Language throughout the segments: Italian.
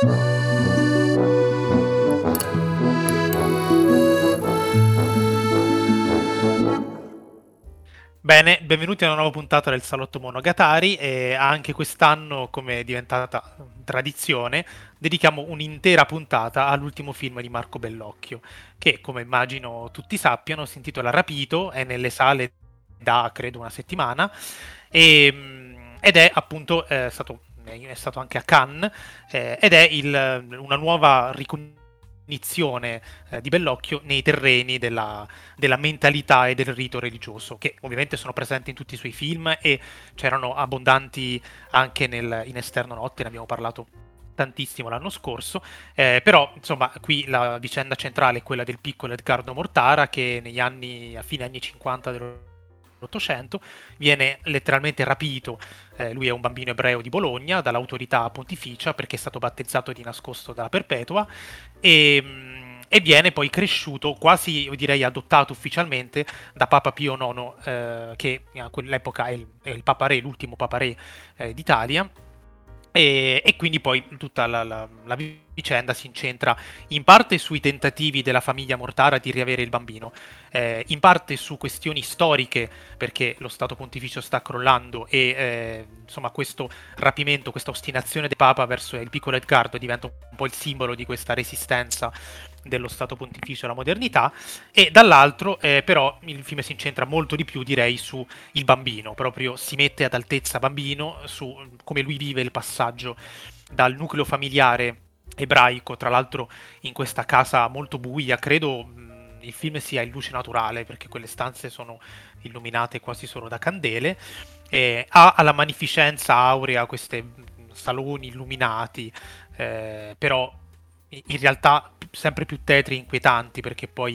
Bene, benvenuti a una nuova puntata del Salotto Monogatari e anche quest'anno, come è diventata tradizione, dedichiamo un'intera puntata all'ultimo film di Marco Bellocchio, che come immagino tutti sappiano si intitola Rapito, è nelle sale da credo una settimana ed è appunto è stato anche a Cannes ed è una nuova ricognizione di Bellocchio nei terreni della mentalità e del rito religioso, che ovviamente sono presenti in tutti i suoi film e c'erano abbondanti anche in Esterno Notte, ne abbiamo parlato tantissimo l'anno scorso, però insomma qui la vicenda centrale è quella del piccolo Edgardo Mortara che a fine anni 50 dell'Ottocento viene letteralmente rapito, lui è un bambino ebreo di Bologna, dall'autorità pontificia perché è stato battezzato di nascosto dalla Perpetua e viene poi cresciuto, quasi io direi adottato ufficialmente da Papa Pio IX, che a quell'epoca è il Papa Re, l'ultimo Papa Re d'Italia. E quindi poi tutta la vicenda si incentra in parte sui tentativi della famiglia Mortara di riavere il bambino, in parte su questioni storiche, perché lo Stato Pontificio sta crollando e insomma questo rapimento, questa ostinazione del Papa verso il piccolo Edgardo diventa un po' il simbolo di questa resistenza dello Stato Pontificio alla modernità, e dall'altro però il film si incentra molto di più direi su il bambino, proprio si mette ad altezza bambino su come lui vive il passaggio dal nucleo familiare ebraico, tra l'altro in questa casa molto buia, credo il film sia in luce naturale perché quelle stanze sono illuminate quasi solo da candele, ha alla magnificenza aurea questi saloni illuminati, però in realtà sempre più tetri e inquietanti perché poi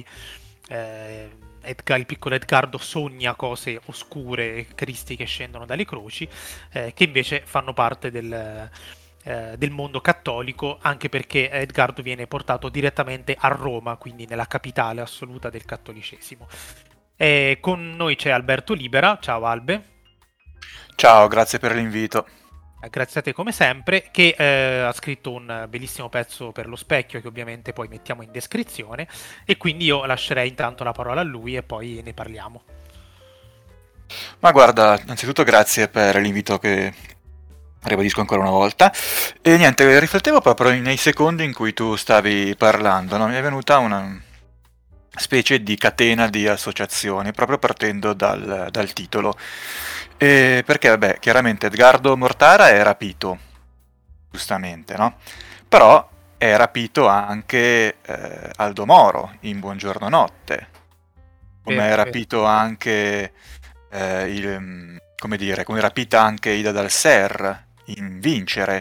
il piccolo Edgardo sogna cose oscure e Cristi che scendono dalle croci, che invece fanno parte del mondo cattolico, anche perché Edgardo viene portato direttamente a Roma, quindi nella capitale assoluta del cattolicesimo. Con noi c'è Alberto Libera, ciao Albe. Ciao, grazie per l'invito. Grazie a te come sempre, che ha scritto un bellissimo pezzo per lo specchio che ovviamente poi mettiamo in descrizione e quindi io lascerei intanto la parola a lui e poi ne parliamo. Ma guarda, innanzitutto grazie per l'invito che ribadisco ancora una volta. E niente, riflettevo proprio nei secondi in cui tu stavi parlando, no? Mi è venuta una specie di catena di associazioni, proprio partendo dal titolo. Perché, vabbè, chiaramente Edgardo Mortara è rapito, giustamente, no? Però è rapito anche Aldo Moro in Buongiorno Notte, come Vero, è vero. rapito anche, come dire, come è rapita anche Ida Dal Ser in Vincere,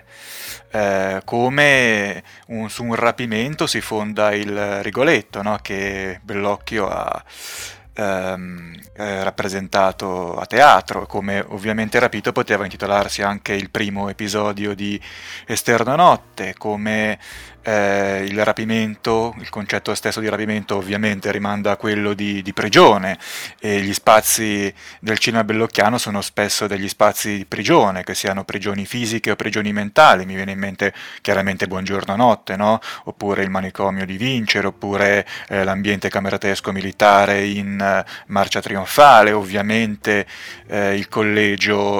come su un rapimento si fonda il Rigoletto, no? Che Bellocchio ha rappresentato a teatro, come ovviamente Rapito poteva intitolarsi anche il primo episodio di Esterno Notte, come il rapimento, il concetto stesso di rapimento ovviamente rimanda a quello di prigione, e gli spazi del cinema bellocchiano sono spesso degli spazi di prigione, che siano prigioni fisiche o prigioni mentali. Mi viene in mente chiaramente Buongiorno Notte, no? Oppure il manicomio di Vincere, oppure l'ambiente cameratesco militare in Marcia Trionfale, ovviamente il collegio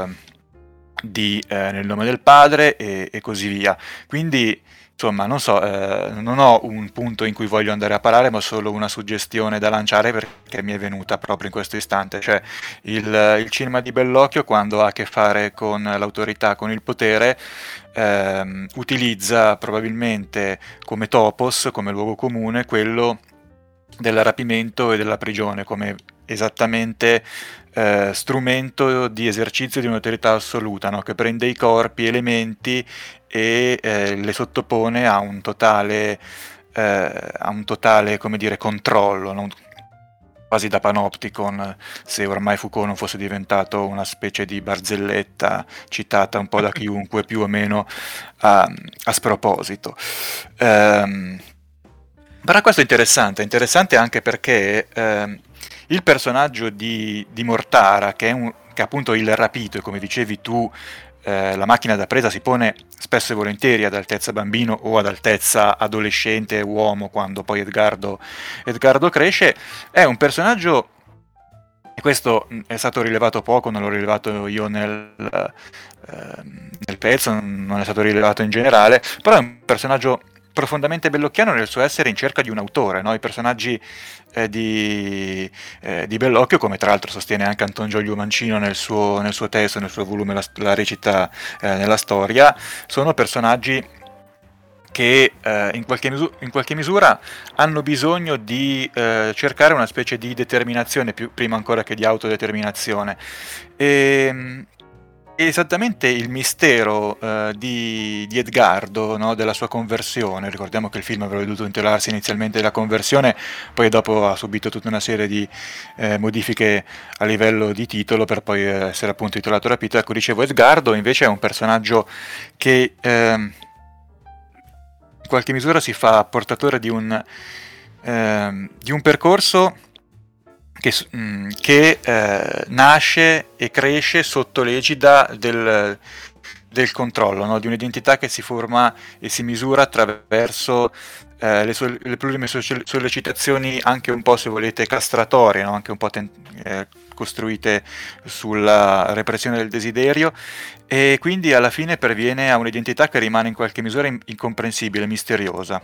Nel nome del padre e così via. Quindi insomma, non so, non ho un punto in cui voglio andare a parare, ma solo una suggestione da lanciare perché mi è venuta proprio in questo istante. Cioè, il cinema di Bellocchio, quando ha a che fare con l'autorità, con il potere, utilizza probabilmente come topos, come luogo comune, quello del rapimento e della prigione, come esattamente strumento di esercizio di un'autorità assoluta, no? Che prende i corpi, elementi e le sottopone a un totale, come dire, controllo, no? Quasi da panopticon, se ormai Foucault non fosse diventato una specie di barzelletta citata un po' da chiunque più o meno a sproposito. Però questo è interessante anche perché il personaggio di Mortara, che è appunto il rapito, e come dicevi tu, la macchina da presa si pone spesso e volentieri ad altezza bambino o ad altezza adolescente uomo quando poi Edgardo cresce. È un personaggio, e questo è stato rilevato poco, non l'ho rilevato io nel pezzo, non è stato rilevato in generale, però è un personaggio profondamente bellocchiano nel suo essere in cerca di un autore, no? I personaggi di Bellocchio, come tra l'altro sostiene anche Anton Giolio Mancino nel suo testo, nel suo volume La recita nella storia, sono personaggi che in qualche misura hanno bisogno di cercare una specie di determinazione, prima ancora che di autodeterminazione. E, esattamente il mistero di Edgardo, no, della sua conversione. Ricordiamo che il film avrebbe dovuto intitolarsi inizialmente La conversione, poi dopo ha subito tutta una serie di modifiche a livello di titolo per poi essere appunto titolato Rapito. Ecco, dicevo, Edgardo invece è un personaggio che in qualche misura si fa portatore di un percorso che nasce e cresce sotto l'egida del controllo, no? Di un'identità che si forma e si misura attraverso le plurime sollecitazioni, anche un po', se volete, castratorie, no? Anche un po' costruite sulla repressione del desiderio, e quindi alla fine perviene a un'identità che rimane in qualche misura incomprensibile, misteriosa.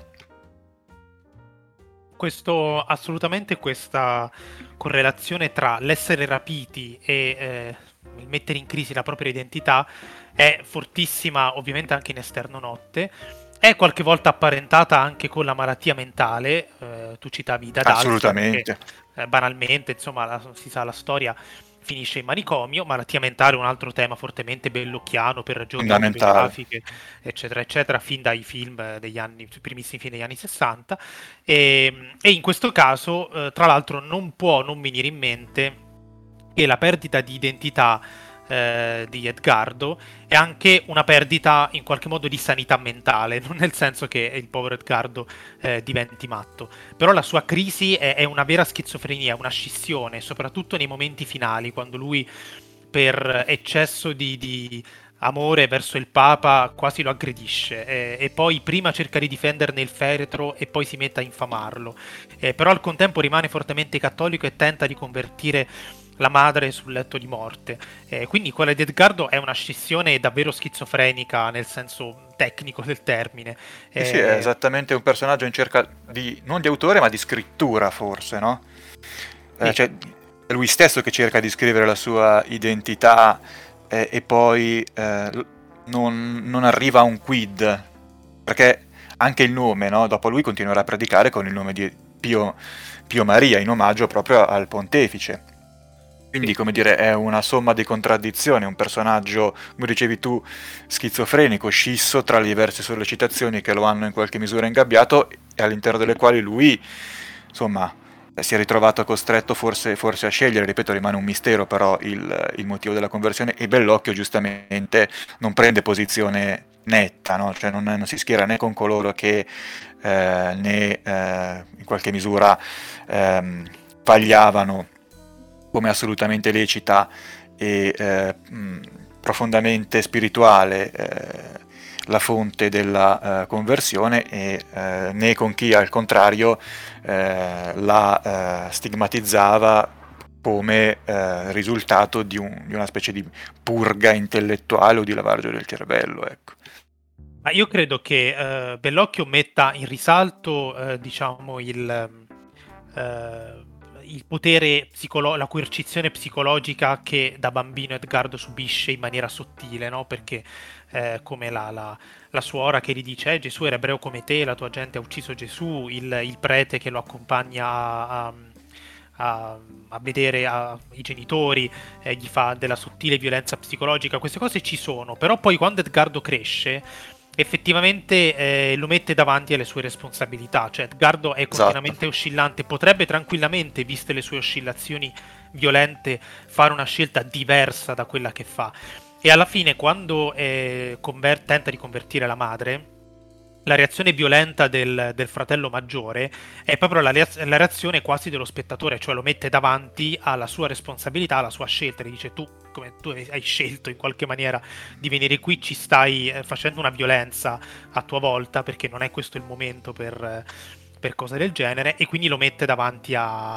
Assolutamente questa correlazione tra l'essere rapiti e il mettere in crisi la propria identità è fortissima, ovviamente anche in Esterno Notte. È qualche volta apparentata anche con la malattia mentale, tu citavi Dadalso, Assolutamente. che banalmente, insomma, si sa, la storia finisce in manicomio. Malattia mentale è un altro tema fortemente bellocchiano per ragioni Fondamentale. autobiografiche, eccetera, eccetera, fin dai film degli anni, sui primissimi film degli anni 60. E in questo caso, tra l'altro, non può non venire in mente che la perdita di identità di Edgardo è anche una perdita in qualche modo di sanità mentale, non nel senso che il povero Edgardo diventi matto, però la sua crisi è una vera schizofrenia, una scissione, soprattutto nei momenti finali, quando lui per eccesso di amore verso il Papa quasi lo aggredisce e poi prima cerca di difenderne il feretro e poi si mette a infamarlo, però al contempo rimane fortemente cattolico e tenta di convertire la madre sul letto di morte. Quindi quella di Edgardo è una scissione davvero schizofrenica nel senso tecnico del termine. Sì, sì, è esattamente un personaggio in cerca non di autore, ma di scrittura, forse, no? Sì. Cioè, è lui stesso che cerca di scrivere la sua identità e poi non arriva a un quid, perché anche il nome, no? Dopo lui continuerà a predicare con il nome di Pio Maria, in omaggio proprio al pontefice. Quindi, come dire, è una somma di contraddizioni, un personaggio, come dicevi tu, schizofrenico, scisso tra le diverse sollecitazioni che lo hanno in qualche misura ingabbiato e all'interno delle quali lui, insomma, si è ritrovato costretto forse a scegliere. Ripeto, rimane un mistero però il motivo della conversione, e Bellocchio giustamente non prende posizione netta, no? Cioè non si schiera né con coloro che in qualche misura pagliavano come assolutamente lecita e profondamente spirituale la fonte della conversione, e né con chi al contrario la stigmatizzava come risultato di una specie di purga intellettuale o di lavaggio del cervello, ecco. Ma io credo che Bellocchio metta in risalto, diciamo, il potere, la coercizione psicologica che da bambino Edgardo subisce in maniera sottile, no? Perché come la suora che gli dice Gesù era ebreo come te, la tua gente ha ucciso Gesù, il prete che lo accompagna a vedere i genitori, gli fa della sottile violenza psicologica, queste cose ci sono, però poi quando Edgardo cresce effettivamente lo mette davanti alle sue responsabilità, cioè Edgardo è Esatto. continuamente oscillante, potrebbe tranquillamente, viste le sue oscillazioni violente, fare una scelta diversa da quella che fa, e alla fine quando tenta di convertire la madre, la reazione violenta del fratello maggiore è proprio la reazione quasi dello spettatore, cioè lo mette davanti alla sua responsabilità, alla sua scelta, gli dice tu, come tu hai scelto in qualche maniera di venire qui, ci stai facendo una violenza a tua volta, perché non è questo il momento per cose del genere, e quindi lo mette davanti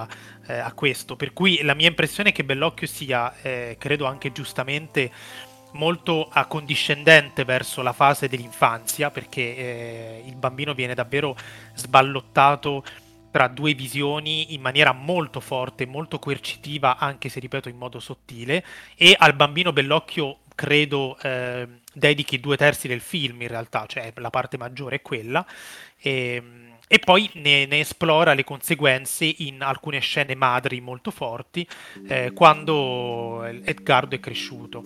a questo. Per cui la mia impressione è che Bellocchio sia, credo anche giustamente, molto accondiscendente verso la fase dell'infanzia, perché il bambino viene davvero sballottato tra due visioni in maniera molto forte, molto coercitiva, anche se ripeto in modo sottile, e al bambino Bellocchio credo dedichi 2/3 del film in realtà, cioè la parte maggiore è quella, e, e poi ne esplora le conseguenze in alcune scene madri molto forti, quando Edgardo è cresciuto.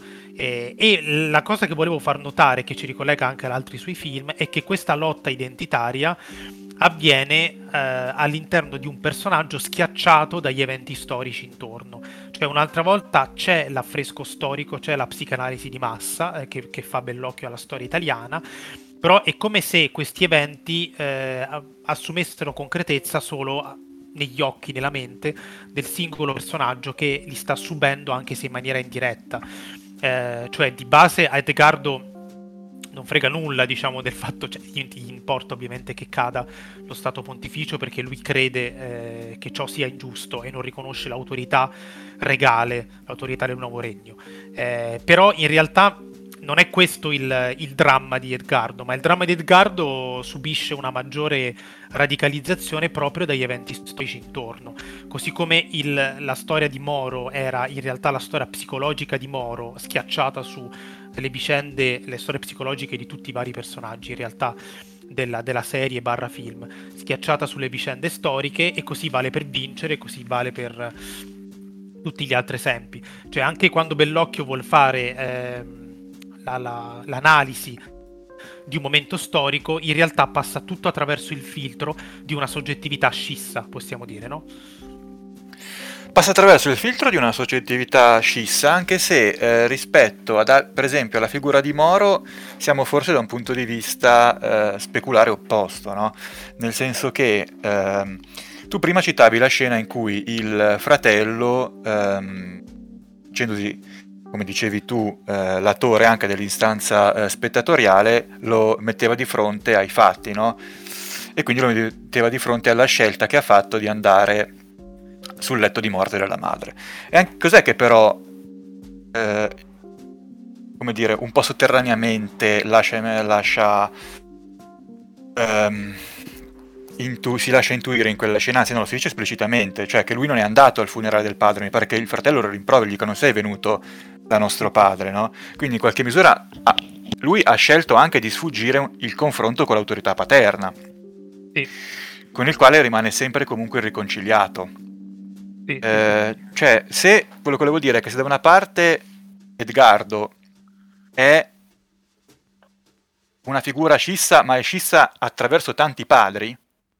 E la cosa che volevo far notare, che ci ricollega anche ad altri suoi film, è che questa lotta identitaria avviene all'interno di un personaggio schiacciato dagli eventi storici intorno. Cioè, un'altra volta c'è l'affresco storico, c'è la psicanalisi di massa che fa Bellocchio alla storia italiana, però è come se questi eventi assumessero concretezza solo negli occhi, nella mente del singolo personaggio che li sta subendo, anche se in maniera indiretta. Cioè, di base a Edgardo non frega nulla, diciamo, del fatto, cioè, gli importa ovviamente che cada lo Stato Pontificio, perché lui crede che ciò sia ingiusto e non riconosce l'autorità regale, l'autorità del nuovo regno. Però in realtà non è questo il dramma di Edgardo, ma il dramma di Edgardo subisce una maggiore radicalizzazione proprio dagli eventi storici intorno. Così come la storia di Moro era in realtà la storia psicologica di Moro, schiacciata su le vicende, le storie psicologiche di tutti i vari personaggi, in realtà della serie barra film, schiacciata sulle vicende storiche, e così vale per Vincere, così vale per tutti gli altri esempi. Cioè anche quando Bellocchio vuol fare l'analisi di un momento storico, in realtà passa tutto attraverso il filtro di una soggettività scissa, possiamo dire, no? Passa attraverso il filtro di una soggettività scissa, anche se rispetto per esempio alla figura di Moro siamo forse da un punto di vista speculare opposto, no? Nel senso che tu prima citavi la scena in cui il fratello, facendosi, come dicevi tu, l'attore anche dell'istanza spettatoriale, lo metteva di fronte ai fatti, no? E quindi lo metteva di fronte alla scelta che ha fatto di andare sul letto di morte della madre. E cos'è che però, come dire, un po' sotterraneamente si lascia intuire in quella scena, anzi non lo si dice esplicitamente, cioè che lui non è andato al funerale del padre, mi pare che il fratello lo rimproveri, gli dica non sei venuto da nostro padre, no? Quindi in qualche misura lui ha scelto anche di sfuggire il confronto con l'autorità paterna, Sì, con il quale rimane sempre comunque irriconciliato. sì, sì, sì. Cioè, se quello che volevo dire è che se da una parte Edgardo è una figura scissa, ma è scissa attraverso tanti padri,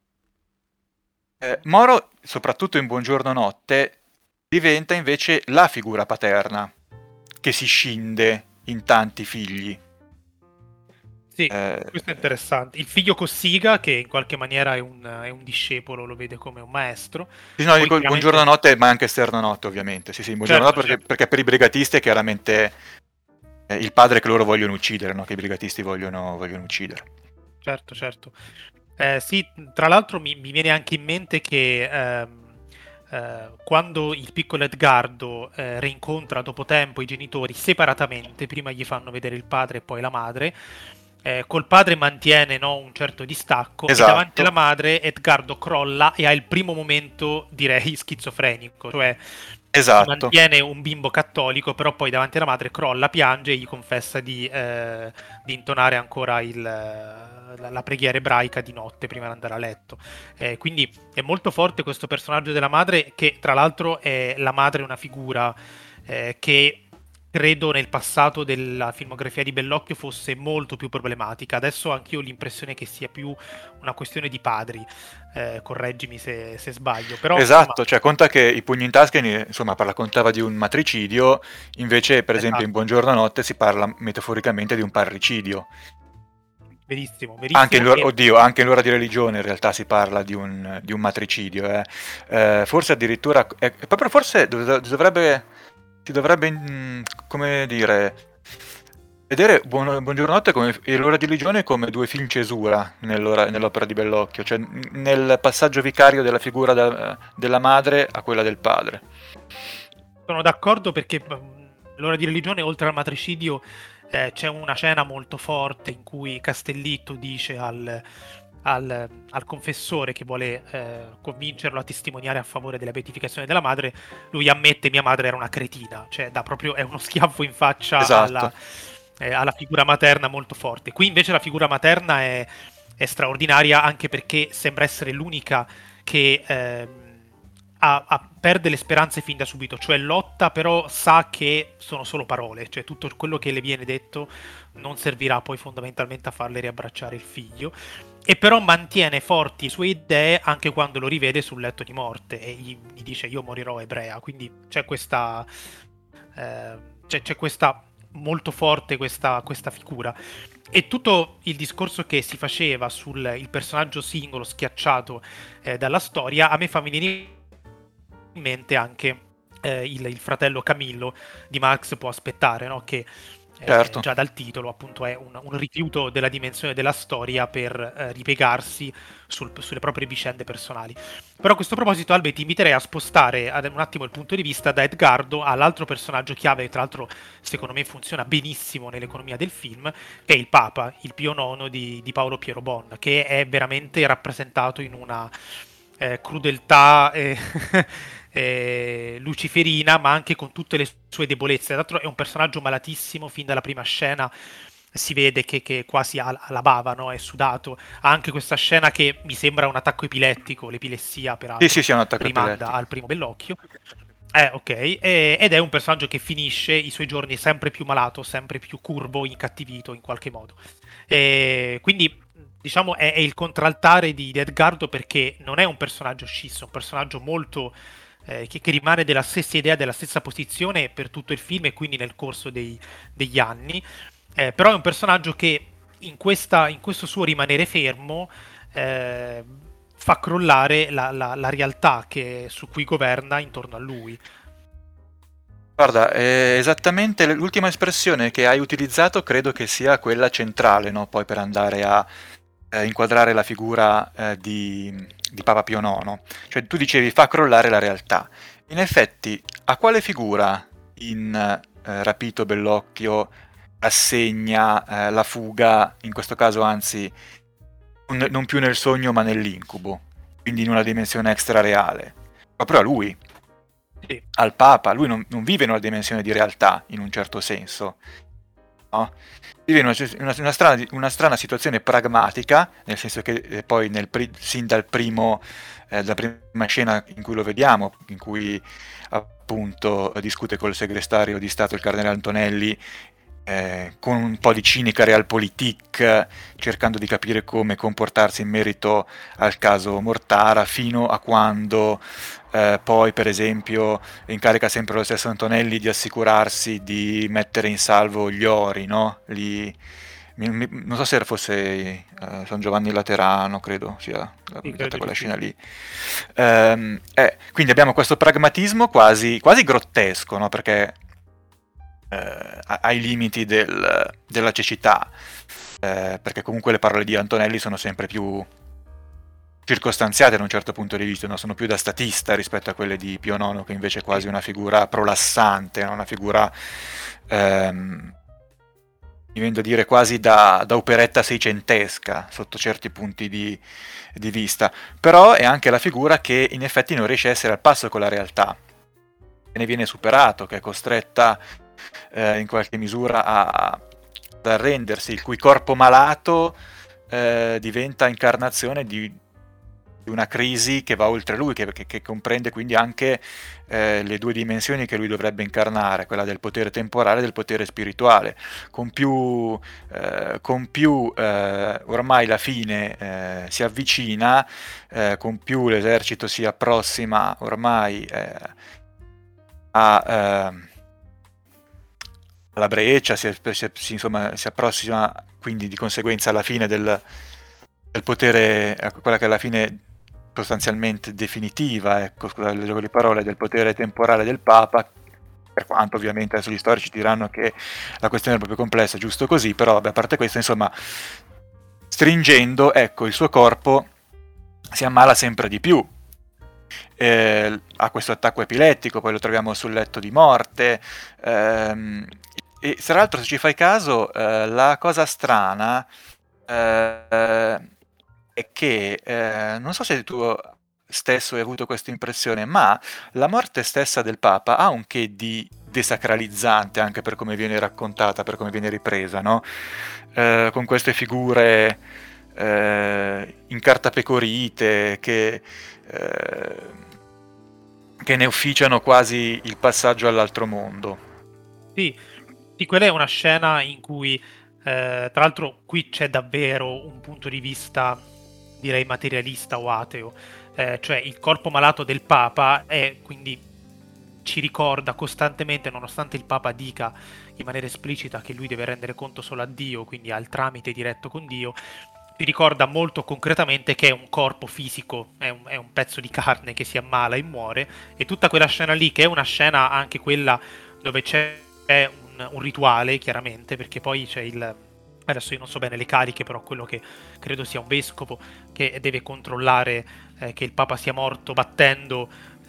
Moro, soprattutto in Buongiorno Notte, diventa invece la figura paterna che si scinde in tanti figli. Sì, questo è interessante. Il figlio Cossiga, che in qualche maniera è un discepolo, lo vede come un maestro. Sì, no, Poi dico chiaramente, Buongiorno Notte, ma anche Esterno Notte, ovviamente. Sì, sì, Buongiorno certo, Notte certo, perché per i brigatisti è chiaramente il padre che loro vogliono uccidere, no? Che i brigatisti vogliono uccidere. certo, certo. Sì, tra l'altro mi viene anche in mente che quando il piccolo Edgardo rincontra dopo tempo i genitori separatamente, prima gli fanno vedere il padre e poi la madre, col padre mantiene, no, un certo distacco, e davanti alla Esatto, madre Edgardo crolla e ha il primo momento, direi, schizofrenico, cioè si esatto. mantiene un bimbo cattolico, però poi davanti alla madre crolla, piange e gli confessa di intonare ancora la preghiera ebraica di notte prima di andare a letto. Quindi è molto forte questo personaggio della madre, che tra l'altro è la madre, una figura che credo nel passato della filmografia di Bellocchio fosse molto più problematica. Adesso anch'io ho l'impressione che sia più una questione di padri, correggimi se sbaglio, però insomma, Esatto, cioè conta che i Pugni in tasca, insomma, raccontava di un matricidio, invece per esempio in esatto. Buongiorno Notte si parla metaforicamente di un parricidio. verissimo, Anche in verissimo. l'ora, oddio, anche in l'ora di religione in realtà si parla di un matricidio, eh. Forse addirittura, proprio forse si dovrebbe, come dire, vedere Buongiornonotte e l'ora di religione come due film cesura nell'opera di Bellocchio, cioè nel passaggio vicario della figura della madre a quella del padre. Sono d'accordo perché l'ora di religione, oltre al matricidio, c'è una scena molto forte in cui Castellitto dice al confessore che vuole convincerlo a testimoniare a favore della beatificazione della madre, lui ammette mia madre era una cretina, cioè dà proprio, è uno schiaffo in faccia Esatto. alla figura materna molto forte. Qui invece la figura materna è straordinaria anche perché sembra essere l'unica che perde le speranze fin da subito, cioè lotta però sa che sono solo parole, cioè tutto quello che le viene detto non servirà poi fondamentalmente a farle riabbracciare il figlio, e però mantiene forti le sue idee anche quando lo rivede sul letto di morte e gli dice io morirò ebrea, quindi c'è questa c'è questa molto forte questa figura. E tutto il discorso che si faceva sul il personaggio singolo schiacciato dalla storia a me fa venire in mente anche il fratello Camillo di Max può aspettare, no? Che Certo. già dal titolo appunto è un rifiuto della dimensione della storia per ripiegarsi sulle proprie vicende personali. Però a questo proposito, Albe, ti inviterei a spostare un attimo il punto di vista da Edgardo all'altro personaggio chiave, che tra l'altro secondo me funziona benissimo nell'economia del film, che è il Papa, il Pio IX di Paolo Piero Bon, che è veramente rappresentato in una crudeltà luciferina, ma anche con tutte le sue debolezze. Tra l'altro è un personaggio malatissimo, fin dalla prima scena si vede che quasi ha la bava, no? È sudato. Ha anche questa scena che mi sembra un attacco epilettico, l'epilessia Sì, sì, peraltro sì, è un attacco rimanda epilettico. al primo Bellocchio. Ok, ed è un personaggio che finisce i suoi giorni sempre più malato, sempre più curvo, incattivito in qualche modo. Quindi, diciamo, è il contraltare di Edgardo perché non è un personaggio scisso, è un personaggio molto che rimane della stessa idea, della stessa posizione per tutto il film e quindi nel corso degli anni. Però è un personaggio che in questo suo rimanere fermo eh, fa crollare la realtà su cui governa intorno a lui. Guarda, esattamente l'ultima espressione che hai utilizzato credo che sia quella centrale, no? Poi per andare a inquadrare la figura di Papa Pio IX. Cioè tu dicevi fa crollare la realtà. In effetti, a quale figura in Rapito Bellocchio assegna la fuga, in questo caso anzi non più nel sogno ma nell'incubo, quindi in una dimensione extrareale? Proprio a lui, Sì, al Papa. Lui non vive in una dimensione di realtà, in un certo senso, no? Vive in una strana situazione pragmatica, nel senso che poi sin dalla prima scena in cui lo vediamo, in cui appunto discute col segretario di Stato, il cardinale Antonelli, con un po' di cinica realpolitik, cercando di capire come comportarsi in merito al caso Mortara, fino a quando poi per esempio incarica sempre lo stesso Antonelli di assicurarsi di mettere in salvo gli ori, no? Non so se fosse San Giovanni Laterano, credo sia sì, legata a credo di quella sì. scena lì. Quindi abbiamo questo pragmatismo quasi grottesco, no? Perché ai limiti della cecità, perché comunque le parole di Antonelli sono sempre più circostanziate da un certo punto di vista, no? Sono più da statista rispetto a quelle di Pio IX, che invece è quasi Sì. una figura prolassante, no? Una figura, mi viene da dire, quasi da operetta seicentesca sotto certi punti di vista, però è anche la figura che in effetti non riesce a essere al passo con la realtà, che ne viene superato, che è costretta in qualche misura ad arrendersi, il cui corpo malato diventa incarnazione di una crisi che va oltre lui, che comprende quindi anche le due dimensioni che lui dovrebbe incarnare, quella del potere temporale e del potere spirituale. Con più ormai la fine si avvicina, con più l'esercito si approssima ormai a alla Breccia, insomma, si approssima quindi di conseguenza alla fine del potere, quella che è la fine sostanzialmente definitiva, ecco, scusate il gioco di parole, del potere temporale del Papa, per quanto ovviamente adesso gli storici diranno che la questione è proprio complessa, giusto così, però vabbè, a parte questo, insomma, stringendo, ecco, il suo corpo si ammala sempre di più. Ha questo attacco epilettico, poi lo troviamo sul letto di morte. E tra l'altro, se ci fai caso, la cosa strana è che non so se tu stesso hai avuto questa impressione, ma la morte stessa del Papa ha un che di desacralizzante anche per come viene raccontata, per come viene ripresa, no? Con queste figure incartapecorite che ne ufficiano quasi il passaggio all'altro mondo. Sì, sì, quella è una scena in cui, tra l'altro, qui c'è davvero un punto di vista, direi, materialista o ateo. Cioè il corpo malato del Papa è quindi ci ricorda costantemente, nonostante il Papa dica in maniera esplicita che lui deve rendere conto solo a Dio, quindi ha il tramite diretto con Dio, ci ricorda molto concretamente che è un corpo fisico, è un pezzo di carne che si ammala e muore, e tutta quella scena lì, che è una scena anche quella dove c'è un rituale, chiaramente, perché poi c'è il... Adesso io non so bene le cariche, però quello che credo sia un vescovo che deve controllare che il Papa sia morto battendo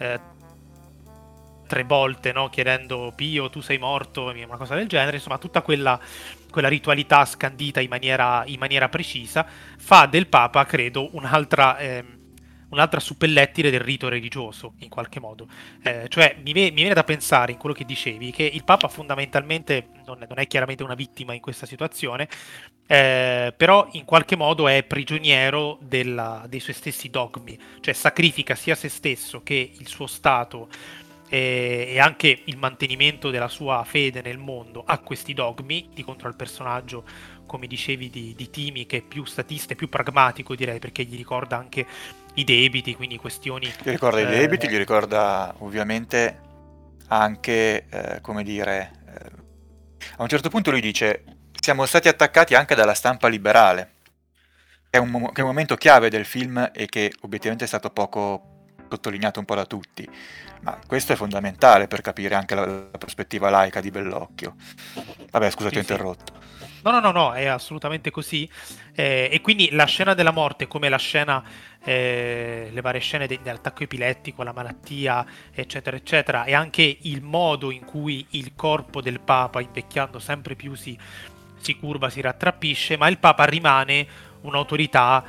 3 volte, no? Chiedendo Pio, tu sei morto, una cosa del genere. Insomma, tutta quella ritualità scandita in maniera precisa fa del Papa, credo, un'altra suppellettile del rito religioso, in qualche modo. Cioè, mi viene da pensare, in quello che dicevi, che il Papa fondamentalmente non è chiaramente una vittima in questa situazione, però in qualche modo è prigioniero dei suoi stessi dogmi, cioè sacrifica sia se stesso che il suo stato e anche il mantenimento della sua fede nel mondo a questi dogmi, di contro al personaggio, come dicevi, di Timi, che è più statista e più pragmatico, direi, perché gli ricorda anche i debiti, quindi questioni... Gli ricorda i debiti, gli ricorda ovviamente anche, come dire, a un certo punto lui dice siamo stati attaccati anche dalla stampa liberale, che è un momento chiave del film e che obiettivamente è stato poco sottolineato un po' da tutti, ma questo è fondamentale per capire anche la prospettiva laica di Bellocchio. Vabbè, scusa, ti ho Sì, sì. interrotto. No, è assolutamente così. E quindi la scena della morte, come la scena, le varie scene dell'attacco epilettico, la malattia, eccetera, eccetera, e anche il modo in cui il corpo del Papa, invecchiando sempre più, si curva, si rattrappisce, ma il Papa rimane un'autorità,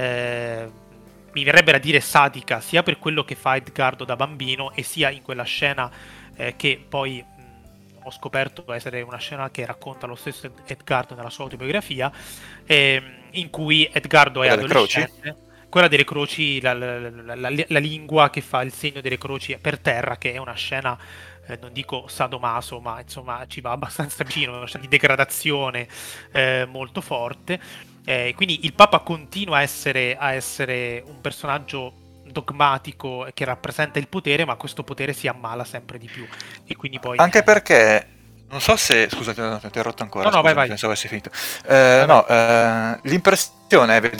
mi verrebbe da dire sadica, sia per quello che fa Edgardo da bambino, e sia in quella scena che poi ho scoperto essere una scena che racconta lo stesso Edgardo nella sua autobiografia, in cui Edgardo è Delle croci? adolescente, quella delle croci, la lingua che fa il segno delle croci per terra, che è una scena, non dico sadomaso, ma insomma ci va abbastanza vicino, è una scena di degradazione molto forte. Quindi il Papa continua a essere un personaggio dogmatico che rappresenta il potere, ma questo potere si ammala sempre di più. E quindi poi... Anche perché, non so se... Scusa, ti ho interrotto No, ancora, no, vai, scusami, vai. pensavo avessi finito. Vai, vai. No, l'impressione è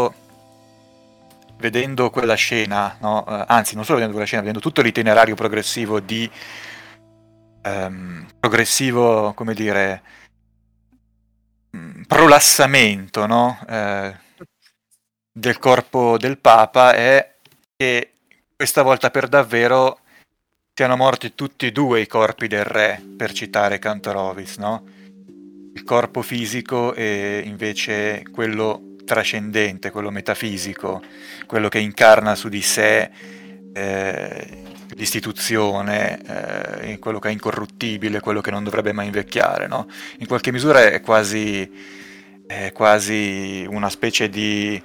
vedendo quella scena, no? Anzi, non solo vedendo quella scena, vedendo tutto l'itinerario progressivo progressivo, come dire, prolassamento, no? Del corpo del Papa è che questa volta per davvero siano morti tutti e due i corpi del re, per citare Kantorovitz, no? Il corpo fisico e invece quello trascendente, quello metafisico, quello che incarna su di sé l'istituzione, quello che è incorruttibile, quello che non dovrebbe mai invecchiare, no? In qualche misura è quasi una specie di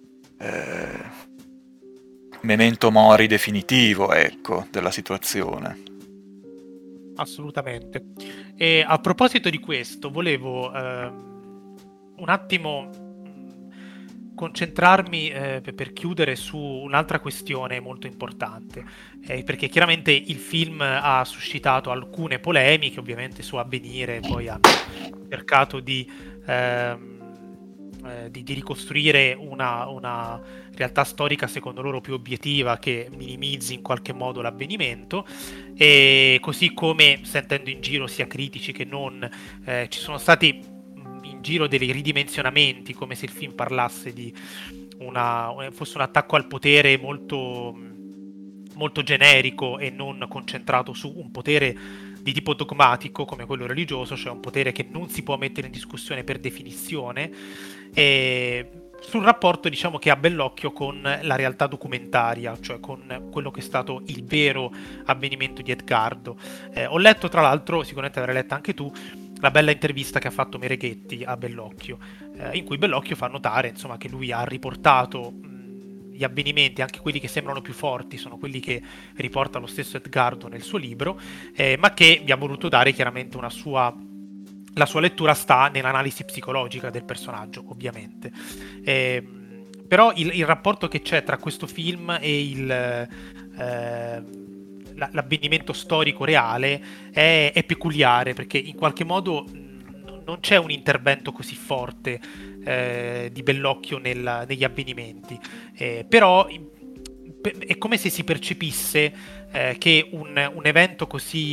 memento mori definitivo, ecco, della situazione. Assolutamente. E a proposito di questo, volevo un attimo concentrarmi per chiudere su un'altra questione molto importante, perché chiaramente il film ha suscitato alcune polemiche, ovviamente su Avvenire, poi hanno cercato di di ricostruire una realtà storica secondo loro più obiettiva, che minimizzi in qualche modo l'avvenimento. E così come, sentendo in giro sia critici che non, ci sono stati in giro dei ridimensionamenti, come se il film parlasse di fosse un attacco al potere molto generico e non concentrato su un potere di tipo dogmatico come quello religioso, cioè un potere che non si può mettere in discussione per definizione, e sul rapporto, diciamo, che ha Bellocchio con la realtà documentaria, cioè con quello che è stato il vero avvenimento di Edgardo. Ho letto, tra l'altro, sicuramente avrai letta anche tu, la bella intervista che ha fatto Mereghetti a Bellocchio, in cui Bellocchio fa notare, insomma, che lui ha riportato gli avvenimenti, anche quelli che sembrano più forti, sono quelli che riporta lo stesso Edgardo nel suo libro, ma che vi ha voluto dare chiaramente la sua lettura sta nell'analisi psicologica del personaggio, ovviamente. Però il rapporto che c'è tra questo film e l'avvenimento storico reale è peculiare, perché in qualche modo non c'è un intervento così forte di Bellocchio negli avvenimenti, però è come se si percepisse che un evento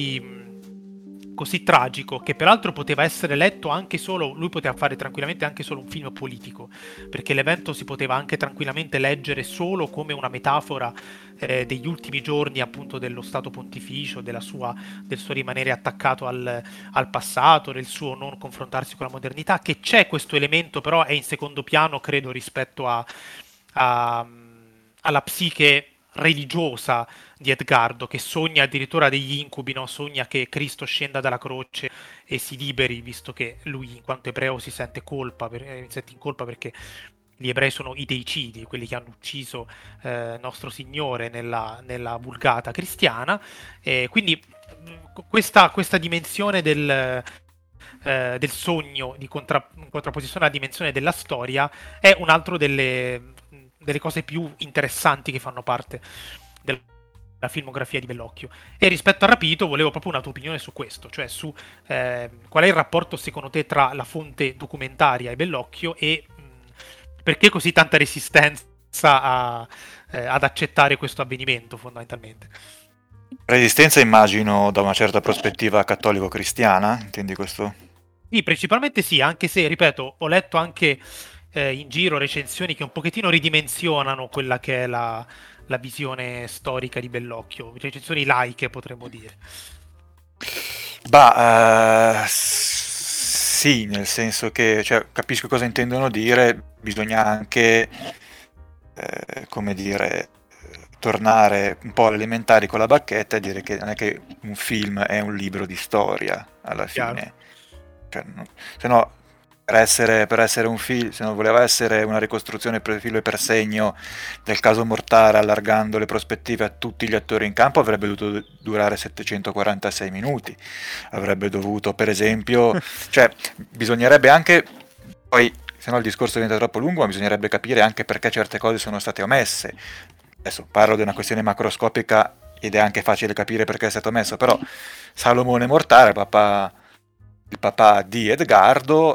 così tragico, che peraltro poteva essere letto anche solo, lui poteva fare tranquillamente anche solo un film politico, perché l'evento si poteva anche tranquillamente leggere solo come una metafora degli ultimi giorni appunto dello Stato Pontificio, del suo rimanere attaccato al passato, del suo non confrontarsi con la modernità, che c'è questo elemento però è in secondo piano, credo, rispetto a- alla psiche religiosa di Edgardo, che sogna addirittura degli incubi, no? Sogna che Cristo scenda dalla croce e si liberi, visto che lui, in quanto ebreo, si sente in colpa perché gli ebrei sono i deicidi, quelli che hanno ucciso nostro Signore nella vulgata cristiana. Quindi questa dimensione del sogno in contrapposizione alla dimensione della storia è un altro delle cose più interessanti che fanno parte della filmografia di Bellocchio. E rispetto a Rapito volevo proprio una tua opinione su questo, cioè su qual è il rapporto secondo te tra la fonte documentaria e Bellocchio, e perché così tanta resistenza ad accettare questo avvenimento fondamentalmente. Resistenza immagino da una certa prospettiva cattolico-cristiana, intendi questo? Sì, principalmente sì, anche se, ripeto, ho letto anche in giro recensioni che un pochettino ridimensionano quella che è la visione storica di Bellocchio, recensioni laiche potremmo dire. Bah, sì, nel senso che cioè, capisco cosa intendono dire, bisogna anche, come dire, tornare un po' alle elementari con la bacchetta e dire che non è che un film è un libro di storia alla Chiaro. fine. Cioè, se no, per essere un film, se non voleva essere una ricostruzione per filo e per segno del caso Mortara, allargando le prospettive a tutti gli attori in campo, avrebbe dovuto durare 746 minuti. Avrebbe dovuto, per esempio, cioè, bisognerebbe anche, poi, se no il discorso diventa troppo lungo, ma bisognerebbe capire anche perché certe cose sono state omesse. Adesso parlo di una questione macroscopica ed è anche facile capire perché è stato omesso, però Salomone Mortara, il papà di Edgardo,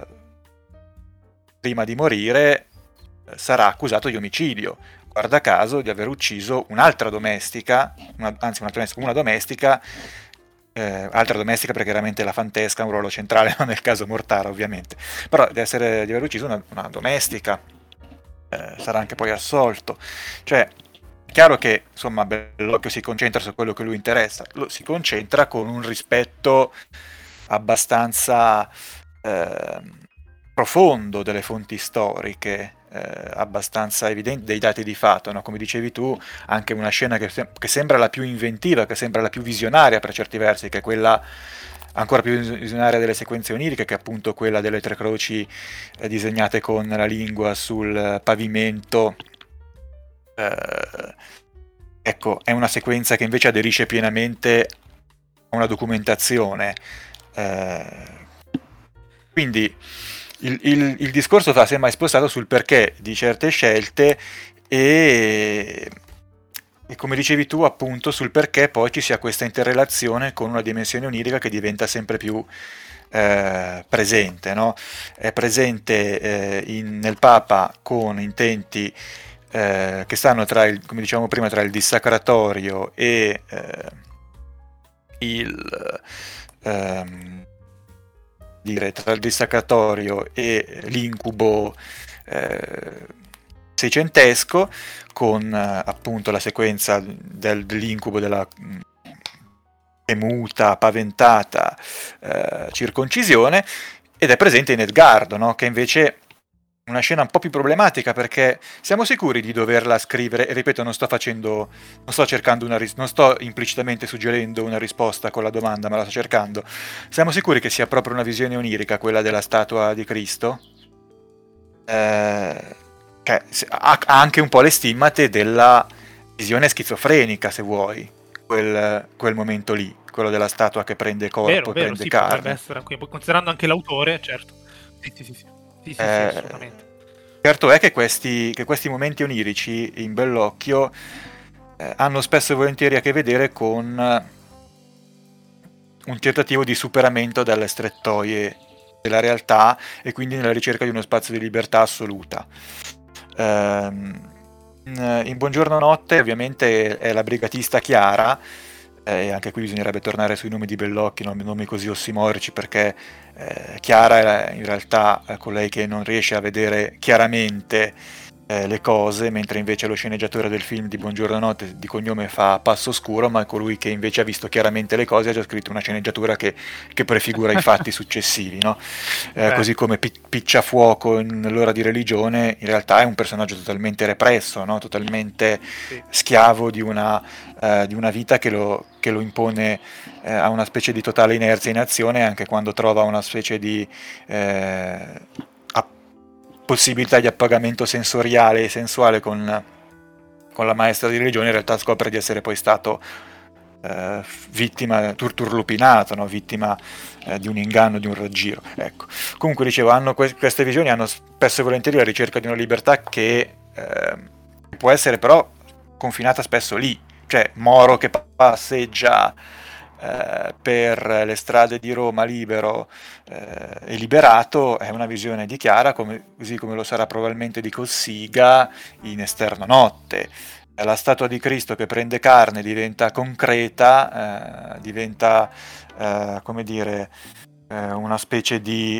prima di morire, sarà accusato di omicidio. Guarda caso di aver ucciso un'altra domestica, una domestica, altra domestica perché chiaramente la fantesca ha un ruolo centrale, non nel caso Mortara ovviamente, però di aver ucciso una domestica, sarà anche poi assolto. Cioè, è chiaro che insomma Bellocchio si concentra su quello che lui interessa, si concentra con un rispetto abbastanza profondo delle fonti storiche, abbastanza evidente dei dati di fatto, no? Come dicevi tu, anche una scena che sembra la più inventiva, che sembra la più visionaria per certi versi, che è quella ancora più visionaria delle sequenze oniriche, che è appunto quella delle tre croci disegnate con la lingua sul pavimento. Ecco, è una sequenza che invece aderisce pienamente a una documentazione. Quindi il discorso va semmai spostato sul perché di certe scelte e come dicevi tu appunto sul perché poi ci sia questa interrelazione con una dimensione onirica che diventa sempre più presente, no? È presente nel Papa con intenti che stanno tra il, come diciamo prima, tra il dissacratorio e il tra il dissacratorio e l'incubo seicentesco, con appunto la sequenza dell'incubo della temuta, paventata circoncisione, ed è presente in Edgardo, no? Che invece è una scena un po' più problematica, perché siamo sicuri di doverla scrivere, e ripeto, non sto cercando non sto implicitamente suggerendo una risposta con la domanda, ma la sto cercando. Siamo sicuri che sia proprio una visione onirica quella della statua di Cristo? Che ha anche un po' le stimmate della visione schizofrenica, se vuoi, quel momento lì, quello della statua che prende corpo Vero, e vero, prende sì, potrebbe carne. essere anche, considerando anche l'autore, certo. Sì, sì, sì, sì, sì, sì, sì, Eh, assolutamente. certo è che questi momenti onirici in Bellocchio hanno spesso e volentieri a che vedere con un tentativo di superamento delle strettoie della realtà, e quindi nella ricerca di uno spazio di libertà assoluta. In Buongiorno Notte ovviamente è la brigatista Chiara, e anche qui bisognerebbe tornare sui nomi di Bellocchi, nomi così ossimorici, perché Chiara è in realtà colei che non riesce a vedere chiaramente le cose, mentre invece lo sceneggiatore del film di Buongiorno Notte di cognome fa Passo Scuro, ma è colui che invece ha visto chiaramente le cose e ha già scritto una sceneggiatura che prefigura i fatti successivi, no? Beh, Così come Picciafuoco in L'ora di religione in realtà è un personaggio totalmente represso, no? Totalmente sì. schiavo di una vita che lo impone a una specie di totale inerzia in azione, anche quando trova una specie di possibilità di appagamento sensoriale e sensuale con la maestra di religione. In realtà scopre di essere poi stato vittima, turlupinato, no? Vittima di un inganno, di un raggiro. Ecco. Comunque dicevo, queste visioni hanno spesso e volentieri la ricerca di una libertà che può essere però confinata spesso lì, cioè Moro che passeggia per le strade di Roma libero e liberato è una visione di Chiara, così come lo sarà probabilmente di Cossiga in Esterno Notte. La statua di Cristo che prende carne diventa concreta, diventa come dire una specie di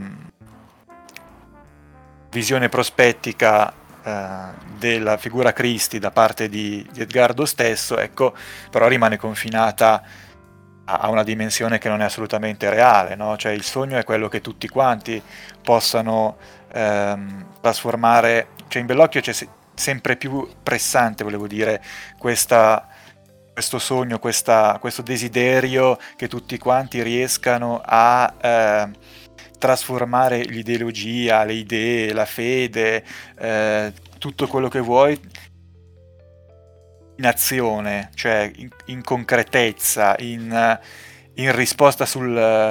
visione prospettica della figura Cristi da parte di Edgardo stesso, ecco, però rimane confinata a una dimensione che non è assolutamente reale, no? Cioè il sogno è quello che tutti quanti possano trasformare, cioè in Bellocchio c'è sempre più pressante, volevo dire, questo sogno, questo desiderio che tutti quanti riescano a trasformare l'ideologia, le idee, la fede, tutto quello che vuoi in azione, cioè in concretezza, in risposta sul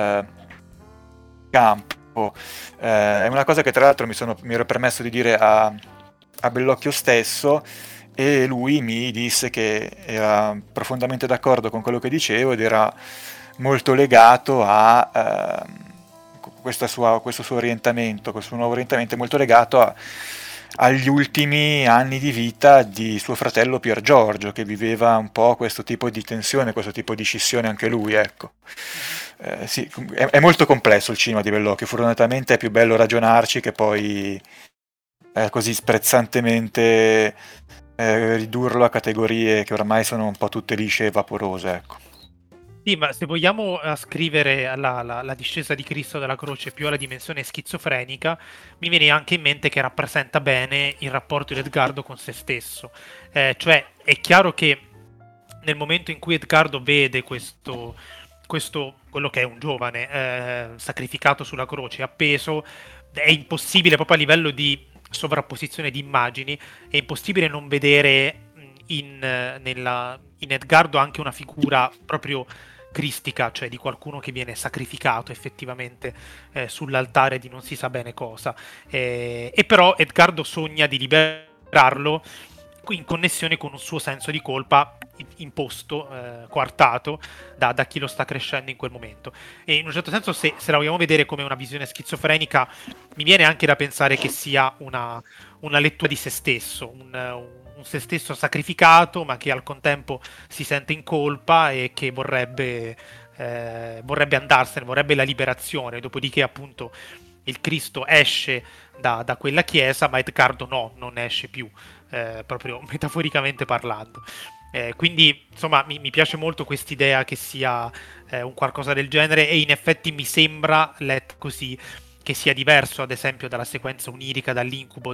campo. È una cosa che tra l'altro mi ero permesso di dire a Bellocchio stesso, e lui mi disse che era profondamente d'accordo con quello che dicevo ed era molto legato a questo suo orientamento, questo nuovo orientamento è molto legato agli ultimi anni di vita di suo fratello Pier Giorgio, che viveva un po' questo tipo di tensione, questo tipo di scissione anche lui, ecco. Sì, è molto complesso il cinema di Bellocchio, fortunatamente è più bello ragionarci che poi così sprezzantemente ridurlo a categorie che ormai sono un po' tutte lisce e vaporose, ecco. Sì, ma se vogliamo ascrivere la discesa di Cristo dalla croce più alla dimensione schizofrenica, mi viene anche in mente che rappresenta bene il rapporto di Edgardo con se stesso. Cioè, è chiaro che nel momento in cui Edgardo vede quello che è un giovane sacrificato sulla croce, appeso, è impossibile proprio a livello di sovrapposizione di immagini, è impossibile non vedere in Edgardo anche una figura proprio cristica, cioè di qualcuno che viene sacrificato effettivamente sull'altare di non si sa bene cosa. E però Edgardo sogna di liberarlo in connessione con un suo senso di colpa imposto, coartato da chi lo sta crescendo in quel momento. E in un certo senso, se la vogliamo vedere come una visione schizofrenica, mi viene anche da pensare che sia una lettura di se stesso, un se stesso sacrificato, ma che al contempo si sente in colpa e che vorrebbe andarsene, vorrebbe la liberazione. Dopodiché, appunto, il Cristo esce da quella chiesa, ma Edgardo no, non esce più, proprio metaforicamente parlando. Quindi, insomma, mi piace molto quest'idea che sia un qualcosa del genere, e in effetti mi sembra, letto così, che sia diverso, ad esempio, dalla sequenza onirica, dall'incubo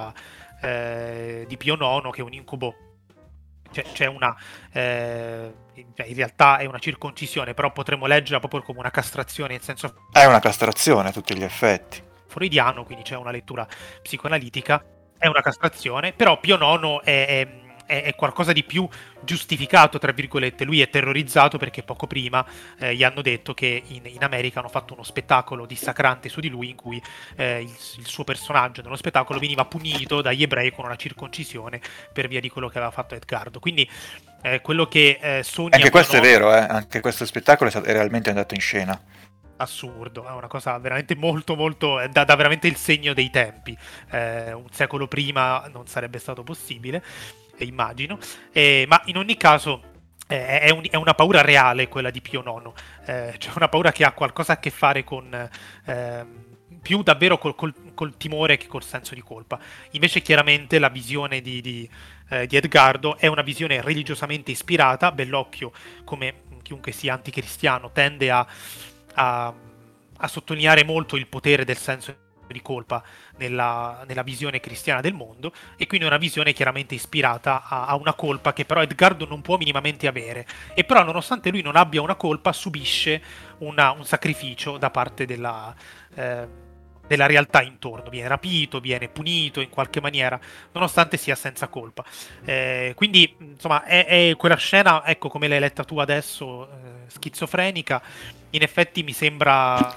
di Pio IX, che è un incubo. C'è una, in realtà è una circoncisione, però potremmo leggerla proprio come una castrazione in senso È una castrazione a tutti gli effetti. freudiano, quindi c'è una lettura psicoanalitica, è una castrazione, però Pio IX è qualcosa di più giustificato, tra virgolette. Lui è terrorizzato perché poco prima gli hanno detto che in America hanno fatto uno spettacolo dissacrante su di lui, in cui il suo personaggio nello spettacolo veniva punito dagli ebrei con una circoncisione per via di quello che aveva fatto Edgardo. Quindi quello che sogna Anche Pio questo è IX, vero, anche questo spettacolo è realmente andato in scena. assurdo, è una cosa veramente molto molto, dà veramente il segno dei tempi. Un secolo prima non sarebbe stato possibile, immagino. Ma in ogni caso è una paura reale quella di Pio IX. Cioè una paura che ha qualcosa a che fare con più davvero col timore che col senso di colpa. Invece chiaramente la visione di Edgardo è una visione religiosamente ispirata. Bellocchio, come chiunque sia anticristiano, tende a, a sottolineare molto il potere del senso di colpa nella visione cristiana del mondo, e quindi una visione chiaramente ispirata a una colpa che però Edgardo non può minimamente avere, e però nonostante lui non abbia una colpa subisce un sacrificio da parte della realtà intorno, viene rapito, viene punito in qualche maniera, nonostante sia senza colpa. Quindi, insomma, è quella scena, ecco, come l'hai letta tu adesso, schizofrenica, in effetti mi sembra,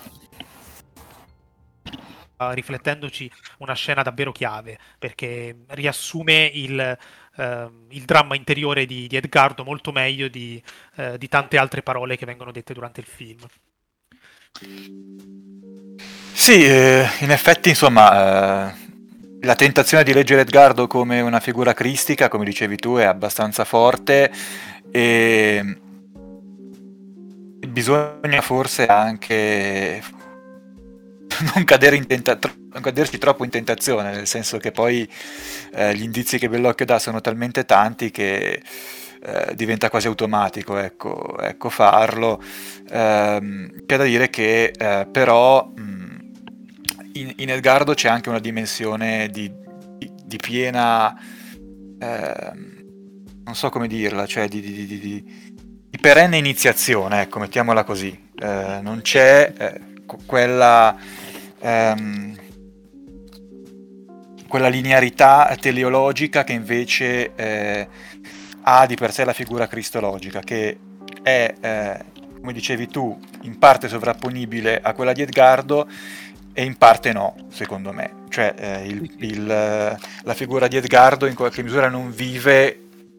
riflettendoci, una scena davvero chiave, perché riassume il dramma interiore di Edgardo molto meglio di tante altre parole che vengono dette durante il film. Sì, in effetti, insomma, la tentazione di leggere Edgardo come una figura cristica, come dicevi tu, è abbastanza forte, e bisogna forse anche non caderci troppo in tentazione, nel senso che poi gli indizi che Bellocchio dà sono talmente tanti che diventa quasi automatico, ecco, farlo. C'è da dire che però in Edgardo c'è anche una dimensione di piena, non so come dirla, cioè di perenne iniziazione, ecco, mettiamola così. Non c'è quella quella linearità teleologica che invece ha di per sé la figura cristologica, che è, come dicevi tu, in parte sovrapponibile a quella di Edgardo e in parte no, secondo me. Cioè la figura di Edgardo in qualche misura non vive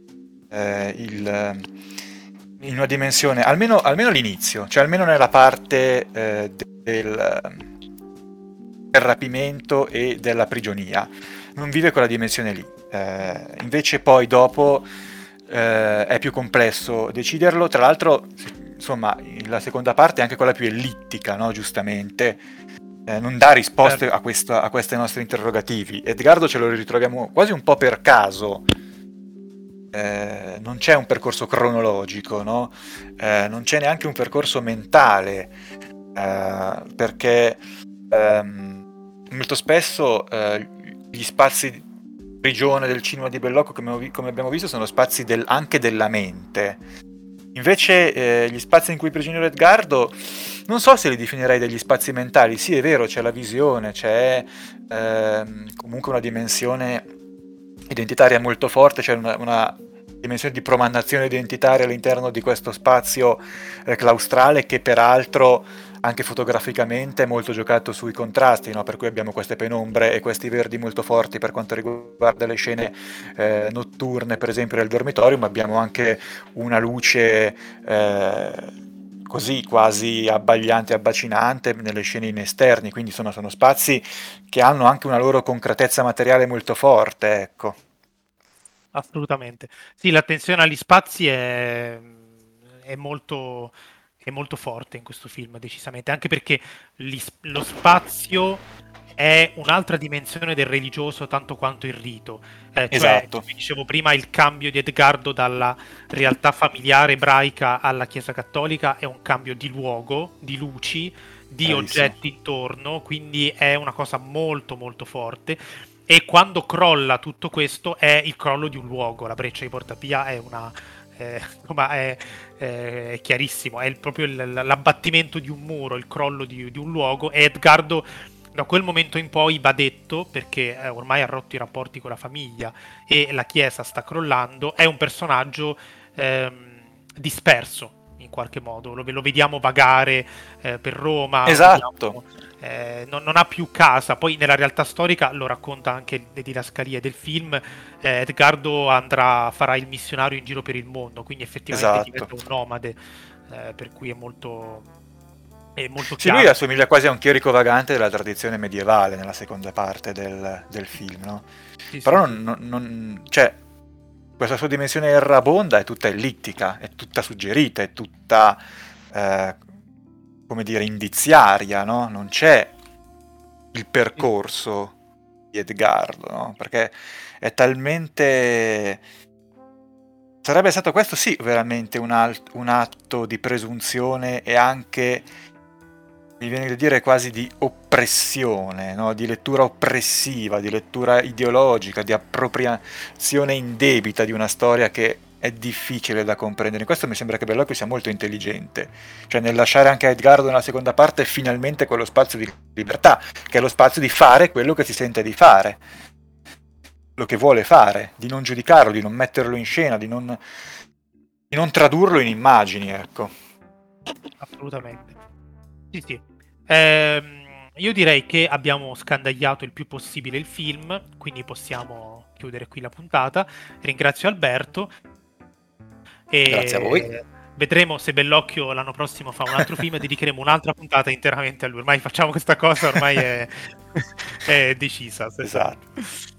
in una dimensione, almeno all'inizio, cioè almeno nella parte del rapimento e della prigionia, non vive quella dimensione lì. Invece poi dopo è più complesso deciderlo. Tra l'altro, insomma, la seconda parte è anche quella più ellittica, no? Giustamente, non dà risposte a questi nostri interrogativi. Edgardo ce lo ritroviamo quasi un po' per caso. Non c'è un percorso cronologico, no? Non c'è neanche un percorso mentale, perché molto spesso gli spazi di prigione del cinema di Bellocchio, come abbiamo visto, sono spazi anche della mente. Invece gli spazi in cui è prigioniero Edgardo, non so se li definirei degli spazi mentali. Sì, è vero, c'è la visione, c'è comunque una dimensione identitaria molto forte, c'è una dimensione di promannazione identitaria all'interno di questo spazio claustrale, che peraltro anche fotograficamente è molto giocato sui contrasti, no? Per cui abbiamo queste penombre e questi verdi molto forti per quanto riguarda le scene notturne, per esempio nel dormitorio, ma abbiamo anche una luce così quasi abbagliante, abbacinante nelle scene in esterni, quindi sono spazi che hanno anche una loro concretezza materiale molto forte, ecco. Assolutamente. Sì, l'attenzione agli spazi è molto forte in questo film, decisamente, anche perché lo spazio è un'altra dimensione del religioso tanto quanto il rito. Cioè, Esatto, come dicevo prima, il cambio di Edgardo dalla realtà familiare ebraica alla Chiesa cattolica è un cambio di luogo, di luci, di bravissimo. oggetti intorno, quindi è una cosa molto molto forte. E quando crolla tutto questo è il crollo di un luogo. La breccia di Porta Pia è una. Insomma, è chiarissimo, è proprio l'abbattimento di un muro, il crollo di un luogo. E Edgardo, da quel momento in poi, va detto, perché ormai ha rotto i rapporti con la famiglia e la chiesa sta crollando, è un personaggio disperso in qualche modo. Lo vediamo vagare per Roma, lo vediamo Esatto. non ha più casa. Poi nella realtà storica, lo racconta anche le didascalie del film, Edgardo farà il missionario in giro per il mondo, quindi effettivamente Esatto. diventa un nomade, per cui è molto Sì, lui chiaro. assomiglia quasi a un chierico vagante della tradizione medievale nella seconda parte del film, no? Sì, sì, Però sì. cioè, questa sua dimensione errabonda è tutta ellittica, è tutta suggerita, è tutta, eh, come dire, indiziaria, no? Non c'è il Sì, percorso di Edgardo, no? Perché è talmente... Sarebbe stato questo sì veramente un atto di presunzione e anche, mi viene da dire, quasi di oppressione, no? Di lettura oppressiva, di lettura ideologica, di appropriazione indebita di una storia che è difficile da comprendere. In questo mi sembra che Bellocchio sia molto intelligente, cioè nel lasciare anche a Edgardo nella seconda parte finalmente quello spazio di libertà, che è lo spazio di fare quello che si sente di fare, quello che vuole fare, di non giudicarlo, di non metterlo in scena, di non tradurlo in immagini, ecco. assolutamente. Sì, sì. Io direi che abbiamo scandagliato il più possibile il film, quindi possiamo chiudere qui la puntata. Ringrazio Alberto Grazie a voi. e vedremo se Bellocchio l'anno prossimo fa un altro film e dedicheremo un'altra puntata interamente a lui. Ormai facciamo questa cosa, ormai è, è decisa. Esatto.